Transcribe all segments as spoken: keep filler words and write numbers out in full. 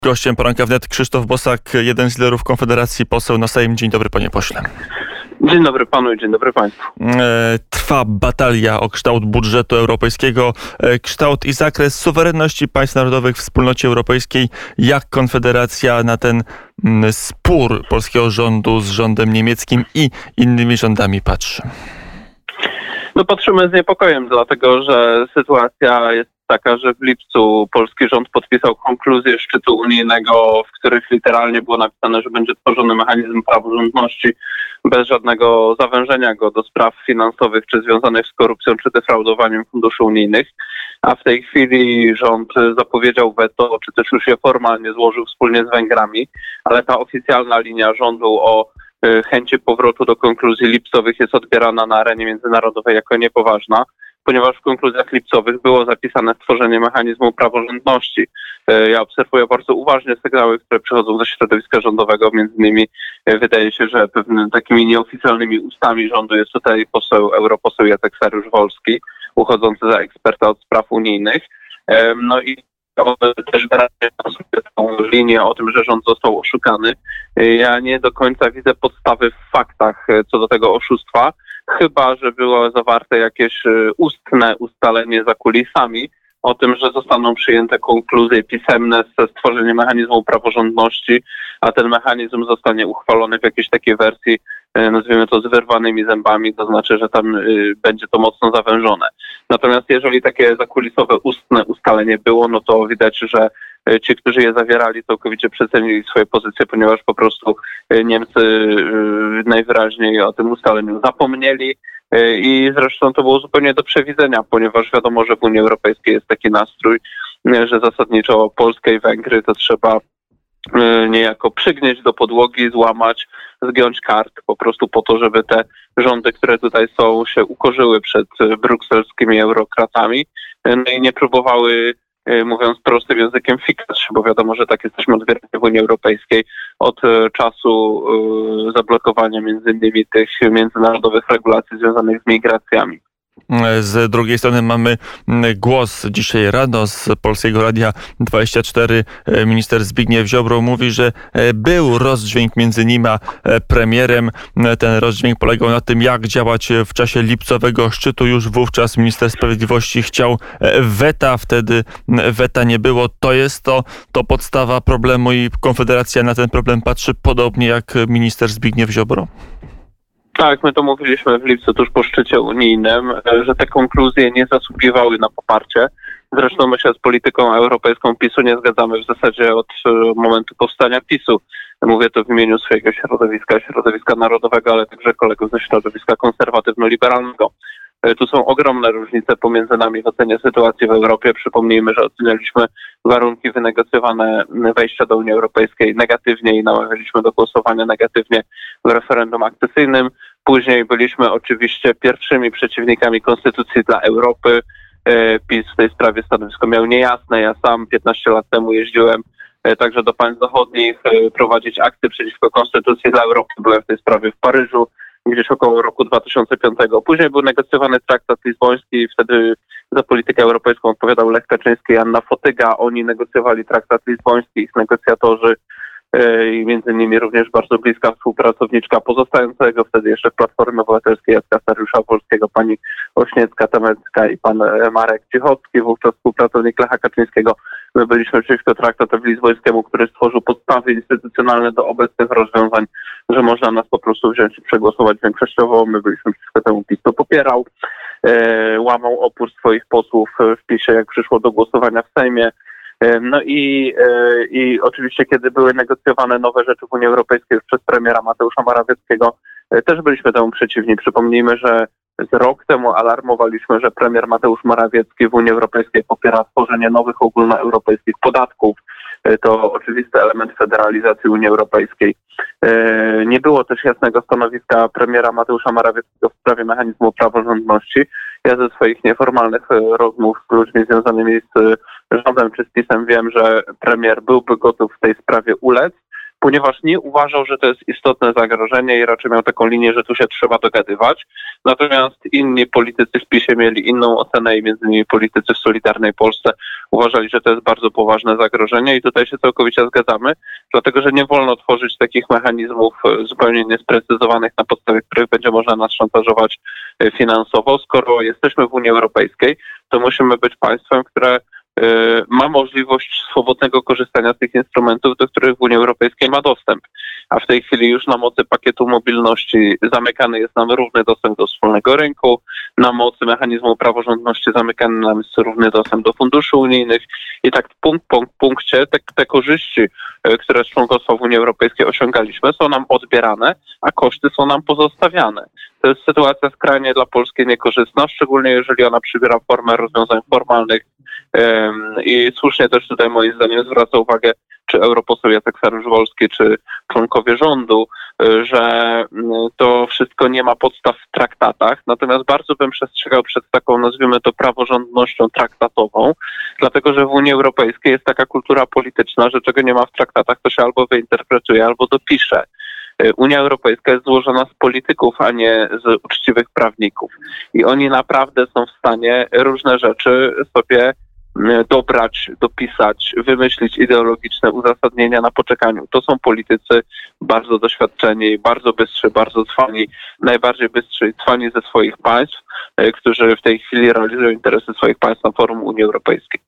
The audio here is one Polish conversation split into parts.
Gościem poranka wnet Krzysztof Bosak, jeden z liderów Konfederacji, poseł na Sejm. Dzień dobry, panie pośle. Dzień dobry panu i dzień dobry państwu. Trwa batalia o kształt budżetu europejskiego, kształt i zakres suwerenności państw narodowych w wspólnocie europejskiej. Jak Konfederacja na ten spór polskiego rządu z rządem niemieckim i innymi rządami patrzy? No patrzymy z niepokojem, dlatego że sytuacja jest taka, że w lipcu polski rząd podpisał konkluzję szczytu unijnego, w których literalnie było napisane, że będzie tworzony mechanizm praworządności bez żadnego zawężenia go do spraw finansowych, czy związanych z korupcją, czy defraudowaniem funduszy unijnych. A w tej chwili rząd zapowiedział weto, czy też już je formalnie złożył wspólnie z Węgrami, ale ta oficjalna linia rządu o chęci powrotu do konkluzji lipcowych jest odbierana na arenie międzynarodowej jako niepoważna, ponieważ w konkluzjach lipcowych było zapisane stworzenie mechanizmu praworządności. Ja obserwuję bardzo uważnie sygnały, które przychodzą ze środowiska rządowego. Między innymi wydaje się, że pewnymi takimi nieoficjalnymi ustami rządu jest tutaj poseł, europoseł Jacek Saryusz-Wolski, uchodzący za eksperta od spraw unijnych. No i on też wyraźnie stosuje tą linię o tym, że rząd został oszukany. Ja nie do końca widzę podstawy w faktach co do tego oszustwa, chyba że było zawarte jakieś ustne ustalenie za kulisami o tym, że zostaną przyjęte konkluzje pisemne ze stworzeniem mechanizmu praworządności, a ten mechanizm zostanie uchwalony w jakiejś takiej wersji, nazwijmy to z wyrwanymi zębami, to znaczy, że tam y, będzie to mocno zawężone. Natomiast jeżeli takie zakulisowe ustne ustalenie było, no to widać, że y, ci, którzy je zawierali, całkowicie przecenili swoje pozycje, ponieważ po prostu y, Niemcy y, najwyraźniej o tym ustaleniu zapomnieli y, i zresztą to było zupełnie do przewidzenia, ponieważ wiadomo, że w Unii Europejskiej jest taki nastrój, y, że zasadniczo Polskę i Węgry to trzeba niejako przygnieść do podłogi, złamać, zgiąć kark po prostu po to, żeby te rządy, które tutaj są, się ukorzyły przed brukselskimi eurokratami, no i nie próbowały, mówiąc prostym językiem, fikać, bo wiadomo, że tak jesteśmy odbierani w Unii Europejskiej od czasu zablokowania między innymi tych międzynarodowych regulacji związanych z migracjami. Z drugiej strony mamy głos dzisiaj rano z Polskiego Radia dwadzieścia cztery. Minister Zbigniew Ziobro mówi, że był rozdźwięk między nim a premierem. Ten rozdźwięk polegał na tym, jak działać w czasie lipcowego szczytu. Już wówczas minister sprawiedliwości chciał weta, wtedy weta nie było. To jest to, to podstawa problemu i Konfederacja na ten problem patrzy podobnie jak minister Zbigniew Ziobro. Tak, my to mówiliśmy w lipcu tuż po szczycie unijnym, że te konkluzje nie zasługiwały na poparcie. Zresztą my się z polityką europejską PiSu nie zgadzamy w zasadzie od momentu powstania PiSu. Mówię to w imieniu swojego środowiska, środowiska narodowego, ale także kolegów ze środowiska konserwatywno-liberalnego. Tu są ogromne różnice pomiędzy nami w ocenie sytuacji w Europie. Przypomnijmy, że ocenialiśmy warunki wynegocjowane wejścia do Unii Europejskiej negatywnie i namawialiśmy do głosowania negatywnie w referendum akcesyjnym. Później byliśmy oczywiście pierwszymi przeciwnikami konstytucji dla Europy. PiS w tej sprawie stanowisko miał niejasne. Ja sam piętnaście lat temu jeździłem także do państw zachodnich prowadzić akty przeciwko konstytucji dla Europy. Byłem w tej sprawie w Paryżu gdzieś około roku dwa tysiące piątego. Później był negocjowany traktat lizboński i wtedy za politykę europejską odpowiadał Lech Kaczyński i Anna Fotyga. Oni negocjowali traktat lizboński, ich negocjatorzy i między innymi również bardzo bliska współpracowniczka pozostającego wtedy jeszcze w Platformie Obywatelskiej Jacka Saryusza-Wolskiego, pani Ośniecka-Temecka i pan Marek Cichocki, wówczas współpracownik Lecha Kaczyńskiego. My byliśmy przeciwko traktatowi lizbońskiemu, który stworzył podstawy instytucjonalne do obecnych rozwiązań, że można nas po prostu wziąć i przegłosować większościowo. My byliśmy przeciwko temu, PiS to popierał. E, łamał opór swoich posłów w PiSie, jak przyszło do głosowania w Sejmie. No i, i oczywiście, kiedy były negocjowane nowe rzeczy w Unii Europejskiej już przez premiera Mateusza Morawieckiego, też byliśmy temu przeciwni. Przypomnijmy, że z rok temu alarmowaliśmy, że premier Mateusz Morawiecki w Unii Europejskiej popiera tworzenie nowych ogólnoeuropejskich podatków. To oczywisty element federalizacji Unii Europejskiej. Nie było też jasnego stanowiska premiera Mateusza Morawieckiego w sprawie mechanizmu praworządności. Ja ze swoich nieformalnych rozmów z ludźmi związanymi z rządem czy z PiS-em wiem, że premier byłby gotów w tej sprawie ulec. ponieważ nie uważał, że to jest istotne zagrożenie i raczej miał taką linię, że tu się trzeba dogadywać. Natomiast inni politycy w PiSie mieli inną ocenę i między innymi politycy w Solidarnej Polsce uważali, że to jest bardzo poważne zagrożenie i tutaj się całkowicie zgadzamy, dlatego że nie wolno tworzyć takich mechanizmów zupełnie niesprecyzowanych, na podstawie których będzie można nas szantażować finansowo. Skoro jesteśmy w Unii Europejskiej, to musimy być państwem, które ma możliwość swobodnego korzystania z tych instrumentów, do których w Unii Europejskiej ma dostęp. A w tej chwili już na mocy pakietu mobilności zamykany jest nam równy dostęp do wspólnego rynku, na mocy mechanizmu praworządności zamykany nam jest równy dostęp do funduszy unijnych i tak punkt po punkcie te, te korzyści, które z członkostwa w Unii Europejskiej osiągaliśmy, są nam odbierane, a koszty są nam pozostawiane. To jest sytuacja skrajnie dla Polski niekorzystna, szczególnie jeżeli ona przybiera formę rozwiązań formalnych i słusznie też tutaj moim zdaniem zwraca uwagę czy europoseł Jacek Saryusz-Wolski, czy członkowie rządu, że to wszystko nie ma podstaw w traktatach, natomiast bardzo bym przestrzegał przed taką, nazwijmy to, praworządnością traktatową, dlatego że w Unii Europejskiej jest taka kultura polityczna, że czego nie ma w traktatach, to się albo wyinterpretuje, albo dopisze. Unia Europejska jest złożona z polityków, a nie z uczciwych prawników. I oni naprawdę są w stanie różne rzeczy sobie dobrać, dopisać, wymyślić ideologiczne uzasadnienia na poczekaniu. To są politycy bardzo doświadczeni, bardzo bystrzy, bardzo trwani, najbardziej bystrzy i trwani ze swoich państw, którzy w tej chwili realizują interesy swoich państw na forum Unii Europejskiej.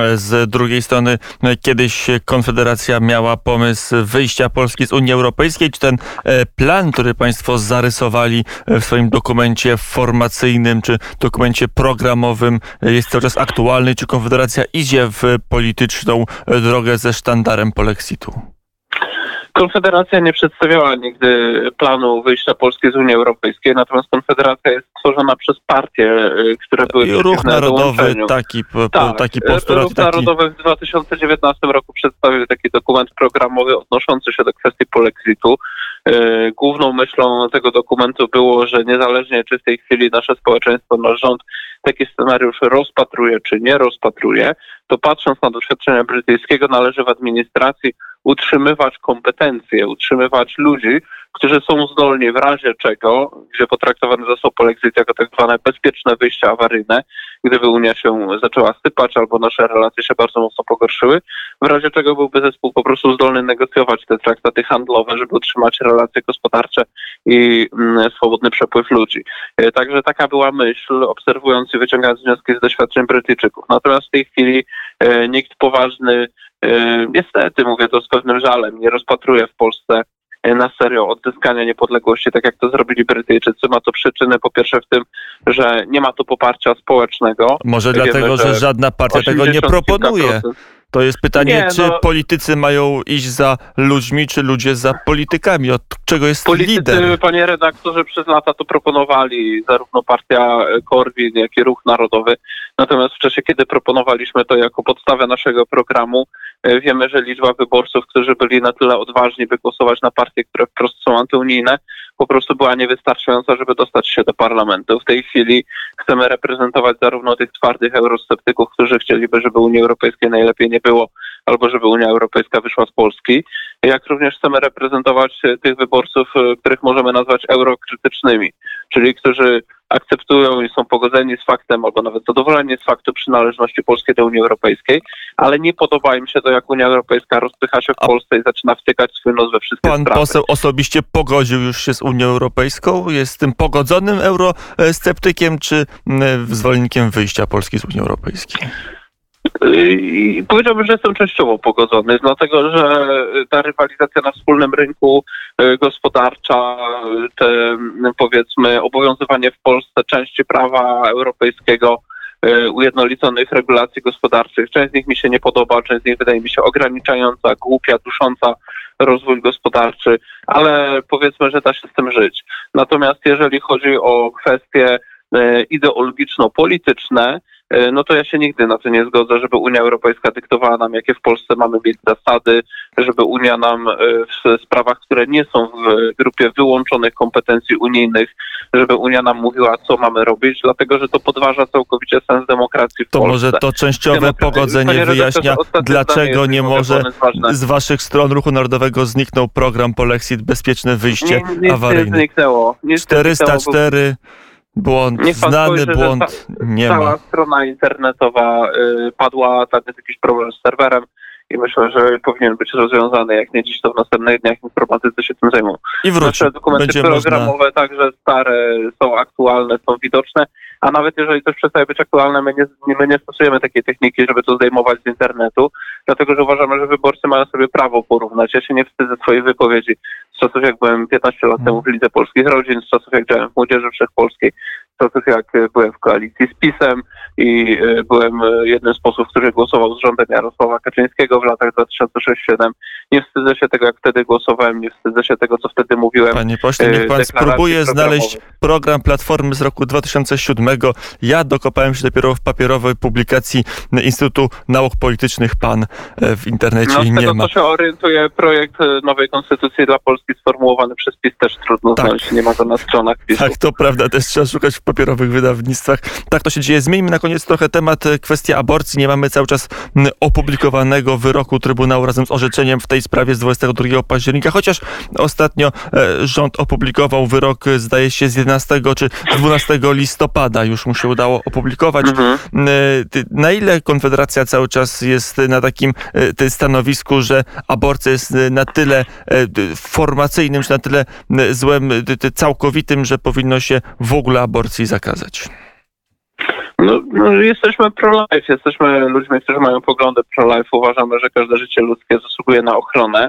Z drugiej strony kiedyś Konfederacja miała pomysł wyjścia Polski z Unii Europejskiej. Czy ten plan, który państwo zarysowali w swoim dokumencie formacyjnym, czy dokumencie programowym jest cały czas aktualny? Czy Konfederacja idzie w polityczną drogę ze sztandarem polexitu? Konfederacja nie przedstawiała nigdy planu wyjścia Polski z Unii Europejskiej, natomiast Konfederacja jest tworzona przez partie, które były I Ruch Narodowy, taki, tak, taki postulat. Ruch taki... Narodowy w dwa tysiące dziewiętnastym roku przedstawił taki dokument programowy odnoszący się do kwestii polexitu. Główną myślą tego dokumentu było, że niezależnie czy w tej chwili nasze społeczeństwo, nasz rząd taki scenariusz rozpatruje czy nie rozpatruje, to patrząc na doświadczenia brytyjskiego, należy w administracji utrzymywać kompetencje, utrzymywać ludzi, którzy są zdolni w razie czego, gdzie potraktowany został polexit jako tak zwane bezpieczne wyjście awaryjne, gdyby Unia się zaczęła sypać albo nasze relacje się bardzo mocno pogorszyły, w razie czego byłby zespół po prostu zdolny negocjować te traktaty handlowe, żeby utrzymać relacje gospodarcze i mm, swobodny przepływ ludzi. E, także taka była myśl, obserwując i wyciągając wnioski z doświadczeń Brytyjczyków. Natomiast w tej chwili e, nikt poważny, e, niestety mówię to z pewnym żalem, nie rozpatruje w Polsce na serio odzyskania niepodległości, tak jak to zrobili Brytyjczycy. Ma to przyczyny po pierwsze w tym, że nie ma tu poparcia społecznego. Może Wiemy, dlatego, że, że żadna partia tego nie proponuje. To jest pytanie, nie, czy no, politycy mają iść za ludźmi, czy ludzie za politykami? Od czego jest politycy, lider? Panie redaktorze, przez lata to proponowali zarówno partia Korwin, jak i Ruch Narodowy. Natomiast w czasie, kiedy proponowaliśmy to jako podstawę naszego programu, wiemy, że liczba wyborców, którzy byli na tyle odważni, by głosować na partie, które wprost są antyunijne, po prostu była niewystarczająca, żeby dostać się do parlamentu. W tej chwili chcemy reprezentować zarówno tych twardych eurosceptyków, którzy chcieliby, żeby Unii Europejskiej najlepiej nie było, albo żeby Unia Europejska wyszła z Polski, jak również chcemy reprezentować tych wyborców, których możemy nazwać eurokrytycznymi, czyli którzy akceptują i są pogodzeni z faktem, albo nawet zadowoleni z faktu przynależności Polski do Unii Europejskiej, ale nie podoba im się to, jak Unia Europejska rozpycha się w A Polsce i zaczyna wtykać swój nos we wszystkie Pan sprawy. poseł osobiście pogodził już się z Unią Europejską? Jest tym pogodzonym eurosceptykiem, czy zwolennikiem wyjścia Polski z Unii Europejskiej? I powiedziałbym, że jestem częściowo pogodzony, dlatego że ta rywalizacja na wspólnym rynku gospodarcza, te powiedzmy obowiązywanie w Polsce części prawa europejskiego, ujednoliconych regulacji gospodarczych, część z nich mi się nie podoba, część z nich wydaje mi się ograniczająca, głupia, dusząca rozwój gospodarczy, ale powiedzmy, że da się z tym żyć. Natomiast jeżeli chodzi o kwestie ideologiczno-polityczne, no to ja się nigdy na to nie zgodzę, żeby Unia Europejska dyktowała nam, jakie w Polsce mamy mieć zasady, żeby Unia nam w sprawach, które nie są w grupie wyłączonych kompetencji unijnych, żeby Unia nam mówiła, co mamy robić, dlatego że to podważa całkowicie sens demokracji w to Polsce. może to częściowe Demokracji- pogodzenie Panie redaktorze, wyjaśnia, ostatnie dlaczego zdanie, nie jeśli mogę, może bo ono jest ważne. z waszych stron Ruchu Narodowego zniknął program Polexit, bezpieczne wyjście Nie, nic nie awaryjne. zniknęło. Nic nie czterysta zniknęło, bo- cztery, błąd, Niech pan znany spojrzy, że błąd, nie Cała ma. strona internetowa y, padła, tam jest jakiś problem z serwerem i myślę, że powinien być rozwiązany. Jak nie dziś, to w następnych dniach informatycy się tym zajmą. I wróci. Nasze dokumenty Będzie można... programowe, także stare, są aktualne, są widoczne, a nawet jeżeli coś przestaje być aktualne, my nie, my nie stosujemy takiej techniki, żeby to zdejmować z internetu, dlatego że uważamy, że wyborcy mają sobie prawo porównać. Ja się nie wstydzę swojej wypowiedzi z czasów, jak byłem piętnaście lat temu w Lidze Polskich Rodzin, z czasów, jak działałem w Młodzieży Wszechpolskiej, z czasów, jak byłem w koalicji z PiS-em i byłem jednym z posłów, który głosował z rządem Jarosława Kaczyńskiego w latach dwa tysiące szósty do dwa tysiące siódmego. Nie wstydzę się tego, jak wtedy głosowałem, nie wstydzę się tego, co wtedy mówiłem. Panie pośle, niech pan spróbuje znaleźć program Platformy z roku dwa tysiące siódmego. Ja dokopałem się dopiero w papierowej publikacji Instytutu Nauk Politycznych. Pan w internecie no, z nie tego, ma. co się orientuje, projekt nowej konstytucji dla Polski sformułowany przez PiS też trudno Tak. znaleźć. Nie ma go na stronach PiS-u. Tak, to prawda, też trzeba szukać w papierowych wydawnictwach. Tak to się dzieje. Zmieńmy na koniec trochę temat, kwestia aborcji. Nie mamy cały czas opublikowanego wyroku Trybunału razem z orzeczeniem w tej sprawie z dwudziestego drugiego października, chociaż ostatnio e, rząd opublikował wyrok, zdaje się, z jedenastego czy dwunastego listopada. Już mu się udało opublikować. Mhm. E, na ile Konfederacja cały czas jest na takim e, stanowisku, że aborcja jest na tyle e, formacyjnym, czy na tyle e, złem, e, całkowitym, że powinno się w ogóle aborcji zakazać? No, no, jesteśmy pro-life, jesteśmy ludźmi, którzy mają poglądy pro-life. Uważamy, że każde życie ludzkie zasługuje na ochronę.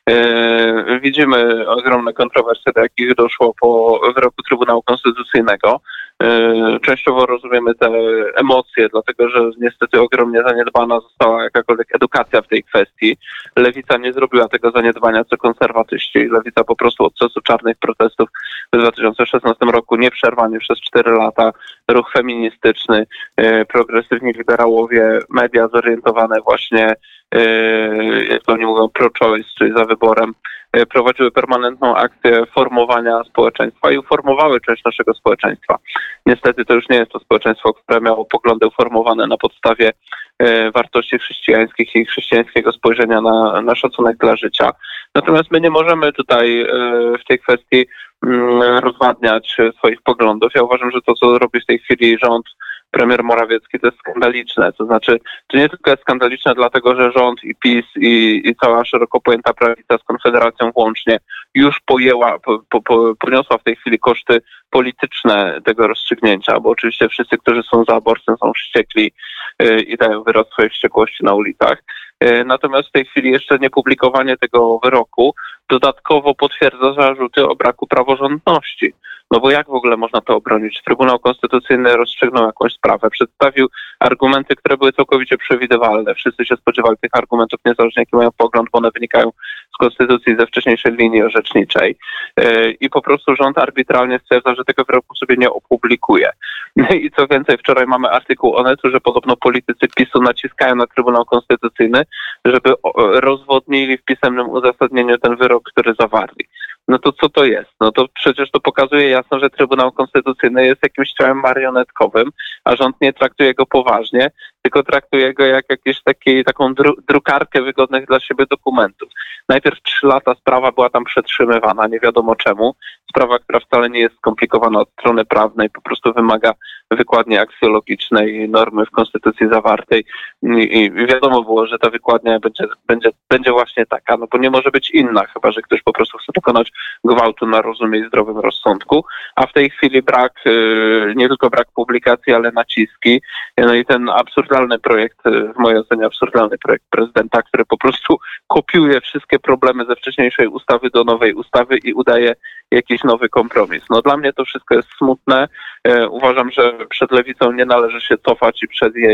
Yy, widzimy ogromne kontrowersje, do jakich doszło po wyroku Trybunału Konstytucyjnego. Yy, częściowo rozumiemy te emocje, dlatego że niestety ogromnie zaniedbana została jakakolwiek edukacja w tej kwestii. Lewica nie zrobiła tego zaniedbania, co konserwatyści. Lewica po prostu od czasu czarnych protestów w dwa tysiące szesnastym roku nieprzerwanie przez cztery lata, ruch feministyczny, yy, progresywni liberałowie, media zorientowane właśnie, yy, jak to oni mówią, pro-choice, czyli za wyborem, yy, prowadziły permanentną akcję formowania społeczeństwa i uformowały część naszego społeczeństwa. Niestety to już nie jest to społeczeństwo, które miało poglądy uformowane na podstawie yy, wartości chrześcijańskich i chrześcijańskiego spojrzenia na, na szacunek dla życia. Natomiast my nie możemy tutaj yy, w tej kwestii yy, rozwadniać swoich poglądów. Ja uważam, że to, co robi w tej chwili rząd, premier Morawiecki, to jest skandaliczne. To znaczy, to nie tylko jest skandaliczne dlatego, że rząd i PiS i, i cała szeroko pojęta prawica z Konfederacją włącznie już pojęła, po, po, poniosła w tej chwili koszty polityczne tego rozstrzygnięcia, bo oczywiście wszyscy, którzy są za aborcją, są wściekli yy, i dają wyraz swojej wściekłości na ulicach. Yy, natomiast w tej chwili jeszcze niepublikowanie tego wyroku dodatkowo potwierdza zarzuty o braku praworządności. No bo jak w ogóle można to obronić? Trybunał Konstytucyjny rozstrzygnął jakąś sprawę, przedstawił argumenty, które były całkowicie przewidywalne. Wszyscy się spodziewali tych argumentów, niezależnie jaki mają pogląd, bo one wynikają z Konstytucji, ze wcześniejszej linii orzeczniczej. Yy, I po prostu rząd arbitralnie stwierdza, że tego wyroku sobie nie opublikuje. I co więcej, wczoraj mamy artykuł Onetu, że podobno politycy PiS-u naciskają na Trybunał Konstytucyjny, żeby rozwodnili w pisemnym uzasadnieniu ten wyrok, który zawarli. No to co to jest? No to przecież to pokazuje jasno, że Trybunał Konstytucyjny jest jakimś ciałem marionetkowym, a rząd nie traktuje go poważnie, tylko traktuje go jak jakąś taki, taką dru, drukarkę wygodnych dla siebie dokumentów. Najpierw trzy lata sprawa była tam przetrzymywana, nie wiadomo czemu. Sprawa, która wcale nie jest skomplikowana od strony prawnej, po prostu wymaga wykładni aksjologicznej normy w Konstytucji zawartej i, i wiadomo było, że ta wykładnia będzie, będzie, będzie właśnie taka, no bo nie może być inna, chyba że ktoś po prostu chce dokonać gwałtu na rozumie i zdrowym rozsądku, a w tej chwili brak, nie tylko brak publikacji, ale naciski, no i ten absurdalny projekt, w mojej ocenie absurdalny projekt prezydenta, który po prostu kopiuje wszystkie problemy ze wcześniejszej ustawy do nowej ustawy i udaje jakiś nowy kompromis. No dla mnie to wszystko jest smutne. E, uważam, że przed lewicą nie należy się cofać i przed jej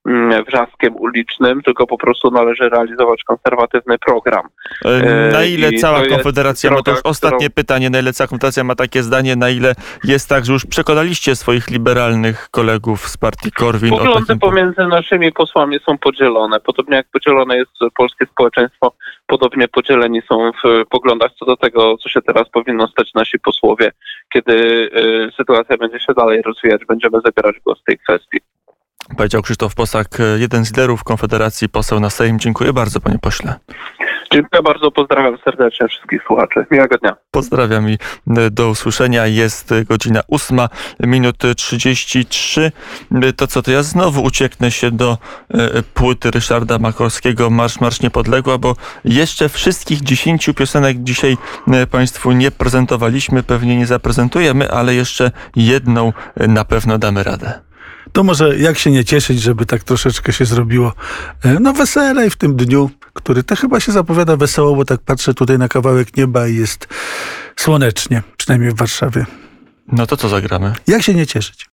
wrzaskiem ulicznym, tylko po prostu należy realizować konserwatywny program. Na ile I cała to jest Konfederacja ma, to już droga, ostatnie którą... pytanie, na ile cała Konfederacja ma takie zdanie, na ile jest tak, że już przekonaliście swoich liberalnych kolegów z partii Korwin o Poglądy takim... pomiędzy naszymi posłami są podzielone. Podobnie jak podzielone jest polskie społeczeństwo, podobnie podzieleni są w poglądach co do tego, co się teraz powinno stać nasi posłowie. Kiedy y, sytuacja będzie się dalej rozwijać, będziemy zabierać głos w tej kwestii. Powiedział Krzysztof Bosak, jeden z liderów Konfederacji, poseł na Sejm. Dziękuję bardzo, panie pośle. Dziękuję bardzo, pozdrawiam serdecznie wszystkich słuchaczy. Miłego dnia. Pozdrawiam i do usłyszenia. Jest godzina ósma, minut trzydzieści trzy. To co, to ja znowu ucieknę się do płyty Ryszarda Makorskiego Marsz, Marsz Niepodległa, bo jeszcze wszystkich dziesięciu piosenek dzisiaj państwu nie prezentowaliśmy, pewnie nie zaprezentujemy, ale jeszcze jedną na pewno damy radę. To może jak się nie cieszyć, żeby tak troszeczkę się zrobiło no weselej w tym dniu, który to chyba się zapowiada wesoło, bo tak patrzę tutaj na kawałek nieba i jest słonecznie, przynajmniej w Warszawie. No to co zagramy? Jak się nie cieszyć?